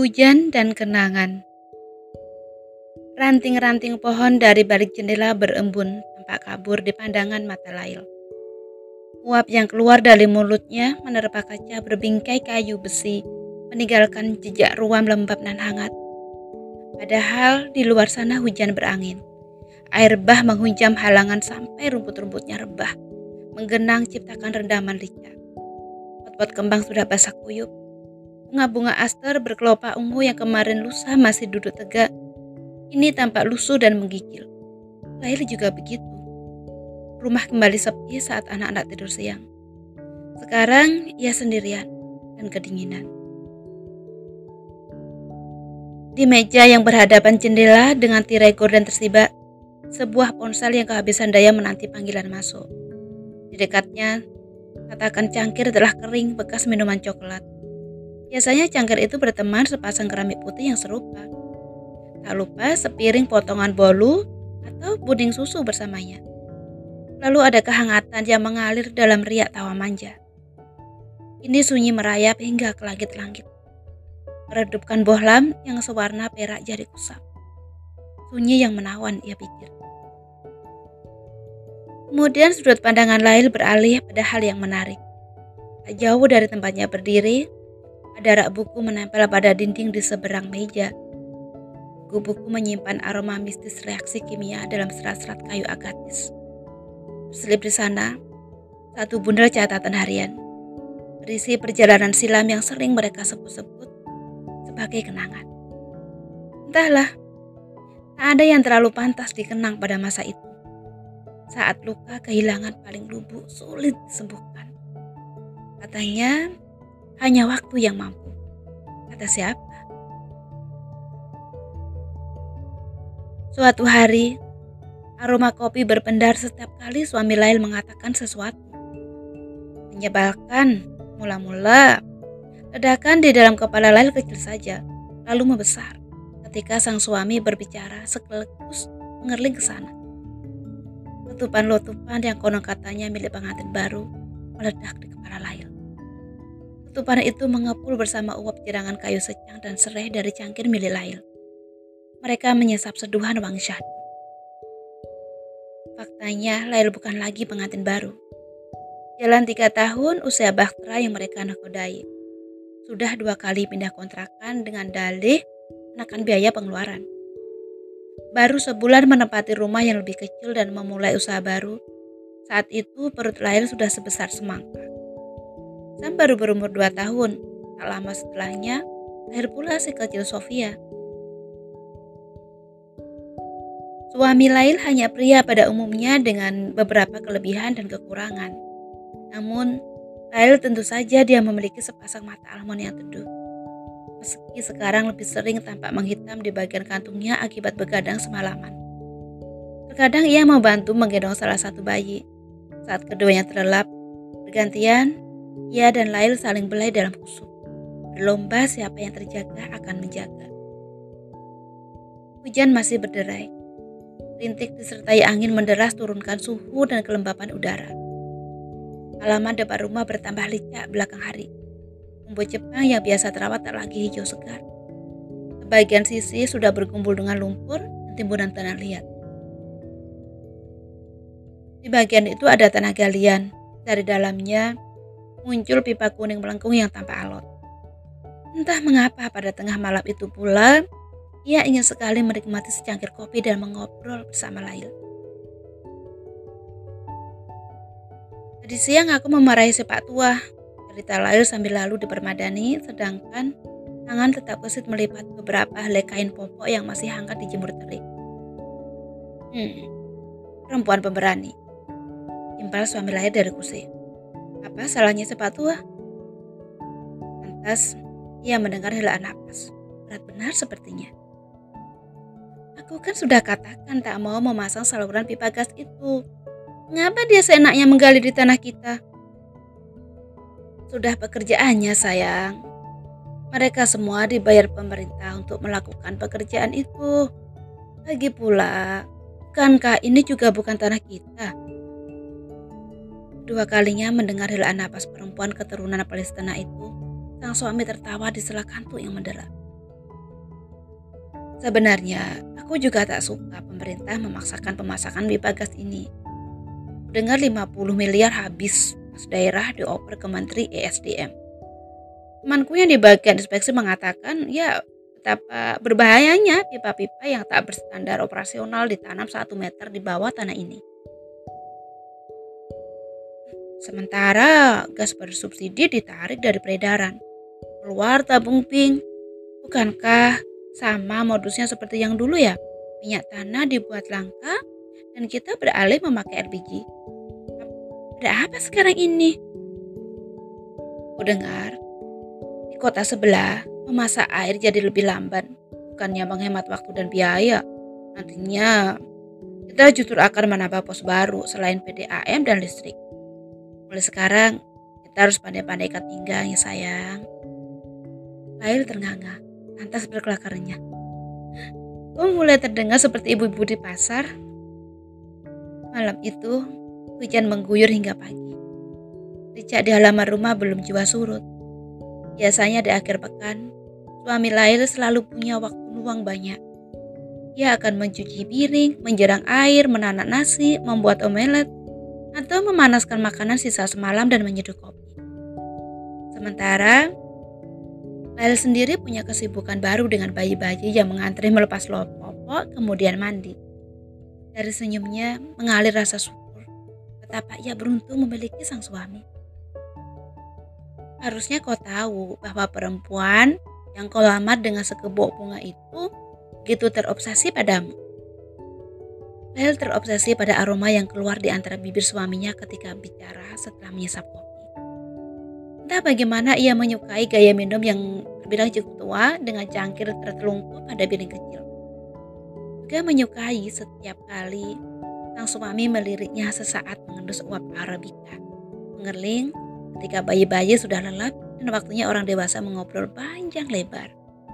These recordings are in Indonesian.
Hujan dan kenangan. Ranting-ranting pohon dari balik jendela berembun tampak kabur di pandangan mata Lail. Uap yang keluar dari mulutnya menerpa kaca berbingkai kayu besi, meninggalkan jejak ruam lembab dan hangat. Padahal di luar sana hujan berangin. Air bah menghujam halangan sampai rumput-rumputnya rebah, menggenang ciptakan rendaman lincah. Pot-pot kembang sudah basah kuyup. Bunga-bunga aster berkelopak ungu yang kemarin lusa masih duduk tegak, ini tampak lusuh dan menggigil. Lail juga begitu. Rumah kembali sepi saat anak-anak tidur siang. Sekarang ia sendirian dan kedinginan. Di meja yang berhadapan jendela dengan tirai gorden tersibak, sebuah ponsel yang kehabisan daya menanti panggilan masuk. Di dekatnya, tatakan cangkir telah kering bekas minuman coklat. Biasanya cangkir itu berteman sepasang keramik putih yang serupa. Tak lupa sepiring potongan bolu atau puding susu bersamanya. Lalu ada kehangatan yang mengalir dalam riak tawa manja. Ini sunyi merayap hingga ke langit-langit. Meredupkan bohlam yang sewarna perak jadi kusam. Sunyi yang menawan, ia pikir. Kemudian sudut pandangan Lail beralih pada hal yang menarik. Tak jauh dari tempatnya berdiri, ada rak buku menempel pada dinding di seberang meja. Buku-buku menyimpan aroma mistis reaksi kimia dalam serat-serat kayu agatis. Terselip di sana, satu bundel catatan harian, berisi perjalanan silam yang sering mereka sebut-sebut sebagai kenangan. Entahlah, tak ada yang terlalu pantas dikenang pada masa itu. Saat luka kehilangan paling lubuk sulit disembuhkan. Katanya, hanya waktu yang mampu. Kata siapa? Suatu hari, aroma kopi berpendar setiap kali suami Lail mengatakan sesuatu. Menyebalkan, mula-mula. Ledakan di dalam kepala Lail kecil saja, lalu membesar ketika sang suami berbicara sekaligus mengerling ke sana. Letupan-letupan yang konon katanya milik pengantin baru meledak di kepala Lail. Letupan itu mengepul bersama uap jerangan kayu secang dan serai dari cangkir milik Lail. Mereka menyesap seduhan wangi syahdu. Faktanya, Lail bukan lagi pengantin baru. Jalan 3 tahun usia bahtera yang mereka nakodai. Sudah 2 kali pindah kontrakan dengan dalih menekan biaya pengeluaran. Baru sebulan menempati rumah yang lebih kecil dan memulai usaha baru. Saat itu perut Lail sudah sebesar semangka. Sam baru berumur 2 tahun. Tak lama setelahnya, lahir pula si kecil Sofia. Suami Lail hanya pria pada umumnya dengan beberapa kelebihan dan kekurangan. Namun, Lail tentu saja dia memiliki sepasang mata almond yang teduh. Meski sekarang lebih sering tampak menghitam di bagian kantungnya akibat begadang semalaman. Terkadang ia membantu menggendong salah satu bayi. Saat keduanya terlelap, bergantian, ia dan Lail saling belai dalam kusuk. Berlomba siapa yang terjaga akan menjaga. Hujan masih berderai. Rintik disertai angin menderas turunkan suhu dan kelembapan udara. Halaman depan rumah bertambah licak belakang hari. Rumput Jepang yang biasa terawat tak lagi hijau segar. Sebagian sisi sudah berkumpul dengan lumpur dan timbunan tanah liat. Di bagian itu ada tanah galian. Dari dalamnya muncul pipa kuning melengkung yang tampak alot. Entah mengapa pada tengah malam itu pula, ia ingin sekali menikmati secangkir kopi dan mengobrol bersama Lail. Tadi siang aku memarahi si Pak Tua, cerita Lail sambil lalu dipermadani, sedangkan tangan tetap gesit melipat beberapa helai kain popok yang masih hangat dijemur terik. Perempuan pemberani, timpal suami Lail dari kursi. Apa salahnya si Pak Tua? Lantas, ia mendengar helaan napas. Berat benar sepertinya. Aku kan sudah katakan tak mau memasang saluran pipa gas itu. Mengapa dia seenaknya menggali di tanah kita? Sudah pekerjaannya sayang. Mereka semua dibayar pemerintah untuk melakukan pekerjaan itu. Lagi pula, bukankah ini juga bukan tanah kita? Dua kalinya mendengar helaan napas perempuan keturunan Palestina itu, sang suami tertawa di sela kantuk yang mendera. Sebenarnya, aku juga tak suka pemerintah memaksakan pemasakan pipa gas ini. Dengar 50 miliar habis pas daerah dioper ke Menteri ESDM. Temanku yang di bagian inspeksi mengatakan, ya betapa berbahayanya pipa-pipa yang tak berstandar operasional ditanam 1 meter di bawah tanah ini. Sementara gas bersubsidi ditarik dari peredaran, keluar tabung pink. Bukankah sama modusnya seperti yang dulu ya? Minyak tanah dibuat langka dan kita beralih memakai LPG. Ada apa sekarang ini? Ku dengar di kota sebelah memasak air jadi lebih lamban, bukannya menghemat waktu dan biaya. Nantinya kita justru akan menambah pos baru selain PDAM dan listrik. Mulai sekarang kita harus pandai-pandai ikat pinggang ya sayang. Lail ternganga, lantas berkelak-renyah. Kok mulai terdengar seperti ibu-ibu di pasar? Malam itu hujan mengguyur hingga pagi. Ricak di halaman rumah belum jua surut. Biasanya di akhir pekan, suami Lail selalu punya waktu luang banyak. Ia akan mencuci piring, menjerang air, menanak nasi, membuat omelet, atau memanaskan makanan sisa semalam dan menyeduh kopi. Sementara, Lail sendiri punya kesibukan baru dengan bayi-bayi yang mengantri melepas popok kemudian mandi. Dari senyumnya mengalir rasa syukur betapa ia beruntung memiliki sang suami. Harusnya kau tahu bahwa perempuan yang kau lamar dengan sekebok bunga itu begitu terobsesi padamu. Lail terobsesi pada aroma yang keluar di antara bibir suaminya ketika bicara setelah menyesap kopi. Entah bagaimana ia menyukai gaya minum yang terbilang cukup tua dengan cangkir tertelungkup pada piring kecil. Juga menyukai setiap kali sang suami meliriknya sesaat mengendus uap Arabica. Mengerling ketika bayi-bayi sudah lelap dan waktunya orang dewasa mengobrol panjang lebar.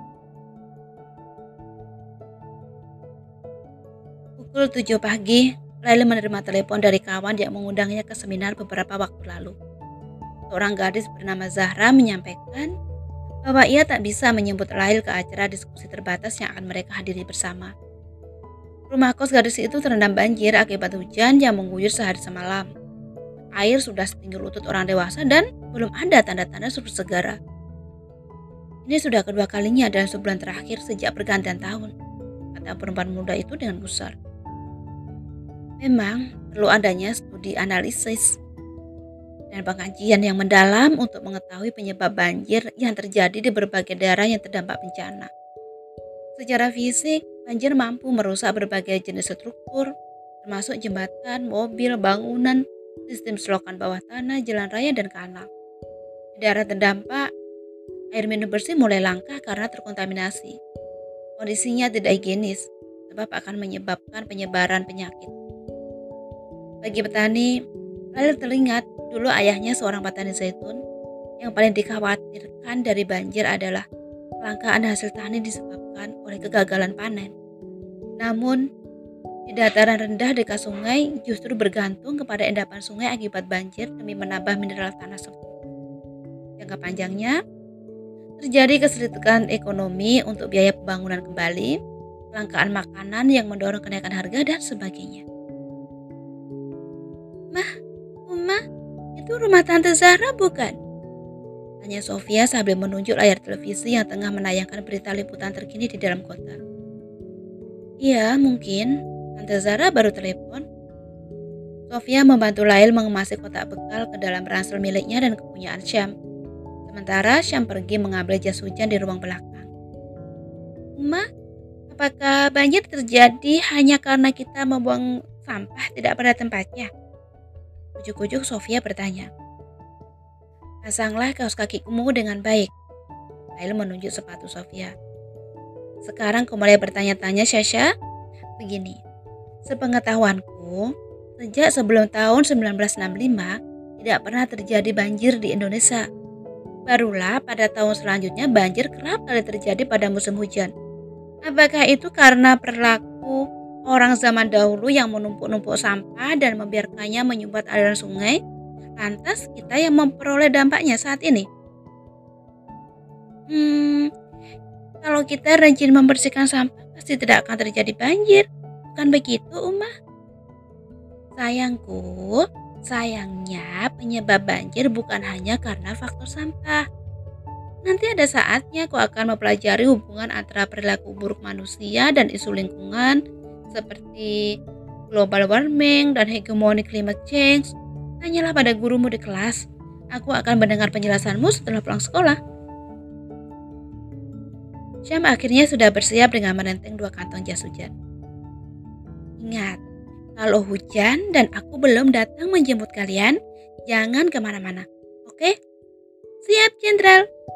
Pukul 7 pagi, Lail menerima telepon dari kawan yang mengundangnya ke seminar beberapa waktu lalu. Seorang gadis bernama Zahra menyampaikan bahwa ia tak bisa menjemput Lail ke acara diskusi terbatas yang akan mereka hadiri bersama. Rumah kos gadis itu terendam banjir akibat hujan yang mengguyur sehari semalam. Air sudah setinggi lutut orang dewasa dan belum ada tanda-tanda surut segera. Ini sudah kedua kalinya dalam sebulan terakhir sejak pergantian tahun, kata perempuan muda itu dengan gusar. Memang perlu adanya studi analisis dan pengkajian yang mendalam untuk mengetahui penyebab banjir yang terjadi di berbagai daerah yang terdampak bencana. Secara fisik, banjir mampu merusak berbagai jenis struktur, termasuk jembatan, mobil, bangunan, sistem selokan bawah tanah, jalan raya, dan kanal. Di daerah terdampak, air minum bersih mulai langka karena terkontaminasi. Kondisinya tidak higienis, sebab akan menyebabkan penyebaran penyakit. Bagi petani, Lail teringat dulu ayahnya seorang petani zaitun. Yang paling dikhawatirkan dari banjir adalah kelangkaan hasil tani disebabkan oleh kegagalan panen. Namun, di dataran rendah dekat sungai justru bergantung kepada endapan sungai akibat banjir demi menambah mineral tanah subur. Jangka panjangnya, terjadi kesulitan ekonomi untuk biaya pembangunan kembali, kelangkaan makanan yang mendorong kenaikan harga, dan sebagainya. Mah, itu rumah Tante Zahra bukan? Tanya Sofia sambil menunjuk layar televisi yang tengah menayangkan berita liputan terkini di dalam kota. Iya, mungkin. Tante Zahra baru telepon. Sofia membantu Lail mengemasi kotak bekal ke dalam ransel miliknya dan kepunyaan Syam. Sementara Syam pergi mengambil jas hujan di ruang belakang. Ma, apakah banjir terjadi hanya karena kita membuang sampah tidak pada tempatnya? Ujuk-ujuk Sofia bertanya. Pasanglah kaos kakimu dengan baik. Lail menunjuk sepatu Sofia. Sekarang kau mulai bertanya-tanya, Syasha. Begini, sepengetahuanku, sejak sebelum tahun 1965 tidak pernah terjadi banjir di Indonesia. Barulah pada tahun selanjutnya banjir kerap kali terjadi pada musim hujan. Apakah itu karena perilaku orang zaman dahulu yang menumpuk-numpuk sampah dan membiarkannya menyumbat aliran sungai? Lantas kita yang memperoleh dampaknya saat ini. Kalau kita rajin membersihkan sampah, pasti tidak akan terjadi banjir. Bukan begitu, Uma? Sayangku, sayangnya penyebab banjir bukan hanya karena faktor sampah. Nanti ada saatnya aku akan mempelajari hubungan antara perilaku buruk manusia dan isu lingkungan seperti global warming dan hegemoni climate change. Tanyalah pada gurumu di kelas. Aku akan mendengar penjelasanmu setelah pulang sekolah. Syam akhirnya sudah bersiap dengan menenteng 2 kantong jas hujan. Ingat, kalau hujan dan aku belum datang menjemput kalian, jangan kemana-mana. Oke? Siap, Jenderal.